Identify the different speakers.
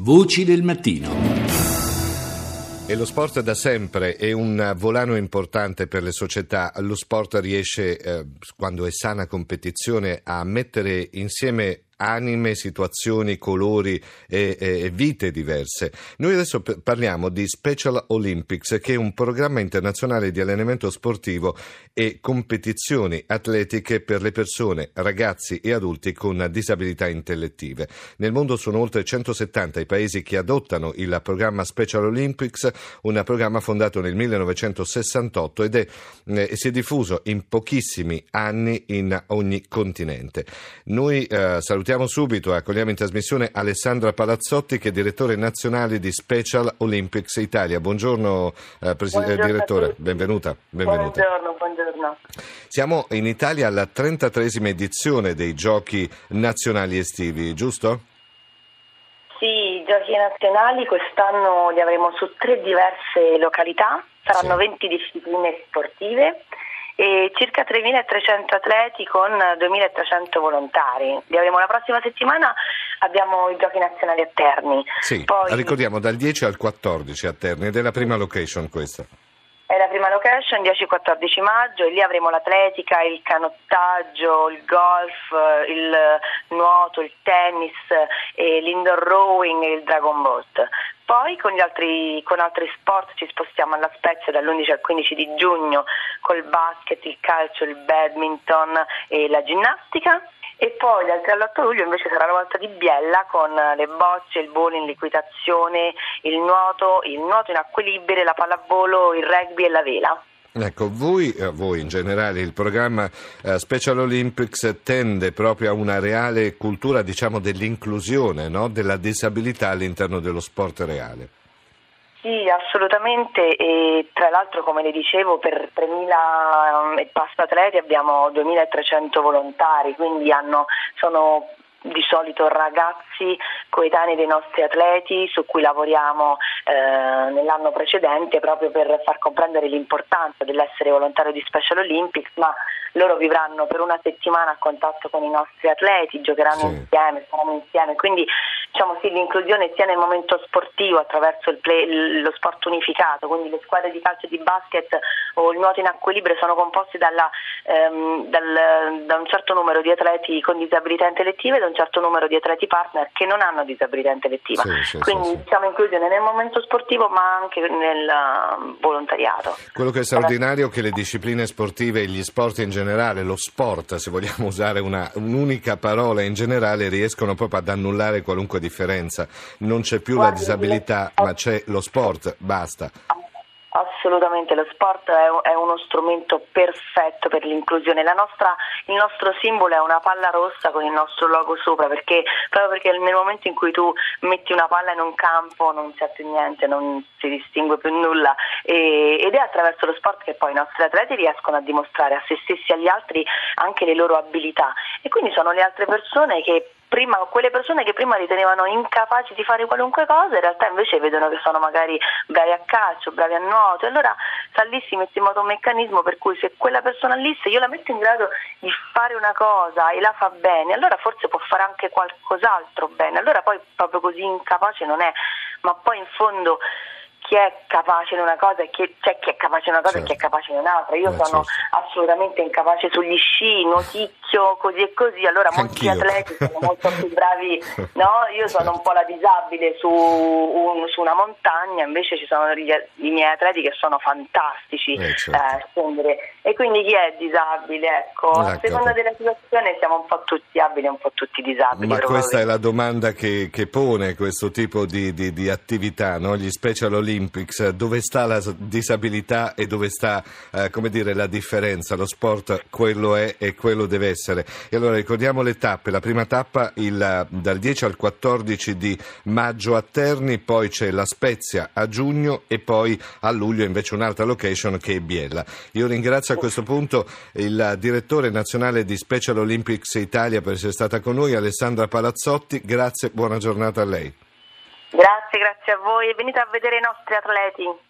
Speaker 1: Voci del mattino.
Speaker 2: E lo sport da sempre è un volano importante per le società. Lo sport riesce, quando è sana competizione, a mettere insieme anime, situazioni, colori e vite diverse. Noi adesso parliamo di Special Olympics, che è un programma internazionale di allenamento sportivo e competizioni atletiche per le persone, ragazzi e adulti con disabilità intellettive. Nel mondo sono oltre 170 i paesi che adottano il programma Special Olympics, un programma fondato nel 1968 ed si è diffuso in pochissimi anni in ogni continente. Noi salutiamo subito e accogliamo in trasmissione Alessandra Palazzotti, che è direttore nazionale di Special Olympics Italia. Buongiorno, direttore, benvenuta.
Speaker 3: Buongiorno.
Speaker 2: Siamo in Italia alla 33esima edizione dei Giochi Nazionali Estivi, giusto?
Speaker 3: Sì, i Giochi Nazionali quest'anno li avremo su 3 diverse località, saranno 20 discipline sportive e circa 3.300 atleti con 2.300 volontari. Li avremo la prossima settimana, abbiamo i Giochi Nazionali a Terni.
Speaker 2: Sì, ricordiamo dal 10 al 14 a Terni, ed è la prima location questa.
Speaker 3: È la prima location, 10-14 maggio, e lì avremo l'atletica, il canottaggio, il golf, il nuoto, il tennis, l'indoor rowing e il dragon boat. Poi con altri sport ci spostiamo alla Spezia dall'11 al 15 di giugno col basket, il calcio, il badminton e la ginnastica. E poi dal 3 all'8 luglio invece sarà la volta di Biella con le bocce, il bowling, l'equitazione, il nuoto in acque libere, la pallavolo, il rugby e la vela.
Speaker 2: Ecco, voi in generale, il programma Special Olympics tende proprio a una reale cultura, diciamo, dell'inclusione, no? Della disabilità all'interno dello sport reale.
Speaker 3: Sì, assolutamente, e tra l'altro, come le dicevo, per 3.000 e passa atleti abbiamo 2.300 volontari, quindi sono di solito ragazzi coetanei dei nostri atleti su cui lavoriamo nell'anno precedente proprio per far comprendere l'importanza dell'essere volontario di Special Olympics, ma loro vivranno per una settimana a contatto con i nostri atleti, giocheranno insieme, saranno insieme, quindi diciamo sì, l'inclusione sia nel momento sportivo attraverso lo sport unificato, quindi le squadre di calcio e di basket o il nuoto in acque libere sono composte da un certo numero di atleti con disabilità intellettive e da un certo numero di atleti partner che non hanno disabilità intellettiva, quindi diciamo inclusione nel momento sportivo ma anche nel volontariato.
Speaker 2: Quello che è straordinario è che le discipline sportive e gli sport in generale, lo sport, se vogliamo usare un'unica parola in generale, riescono proprio ad annullare qualunque differenza. Non c'è più la disabilità, ma c'è lo sport, basta.
Speaker 3: Assolutamente, lo sport è uno strumento perfetto per l'inclusione. Il nostro simbolo è una palla rossa con il nostro logo sopra, proprio perché nel momento in cui tu metti una palla in un campo non c'è più niente, non si distingue più nulla, ed è attraverso lo sport che poi i nostri atleti riescono a dimostrare a se stessi e agli altri anche le loro abilità, e quindi sono le altre persone quelle persone che prima ritenevano incapaci di fare qualunque cosa, in realtà invece vedono che sono magari bravi a calcio, bravi a nuoto, e allora lì si mette in moto un meccanismo per cui se quella persona lì, se io la metto in grado di fare una cosa e la fa bene, allora forse può fare anche qualcos'altro bene, allora poi proprio così incapace non è, ma poi in fondo chi è capace in una cosa e c'è chi è capace in una cosa e chi è capace in un'altra. Io sono assolutamente incapace sugli sci, nuoticchio, così e così, allora molti atleti sono molto più bravi, no? Io sono un po' la disabile su una montagna, invece ci sono i miei atleti che sono fantastici a scendere, e quindi chi è disabile, ecco, a seconda della situazione siamo un po' tutti abili e un po' tutti disabili.
Speaker 2: Ma questa è la domanda che pone questo tipo di attività, no? Gli Special Olympics, dove sta la disabilità e dove sta la differenza? Lo sport quello è e quello deve essere. E allora ricordiamo le tappe: la prima tappa dal 10 al 14 di maggio a Terni, poi c'è la Spezia a giugno e poi a luglio invece un'altra location che è Biella. Io ringrazio a questo punto il direttore nazionale di Special Olympics Italia per essere stata con noi, Alessandra Palazzotti. Grazie, buona giornata a lei.
Speaker 3: Grazie a voi, e venite a vedere i nostri atleti.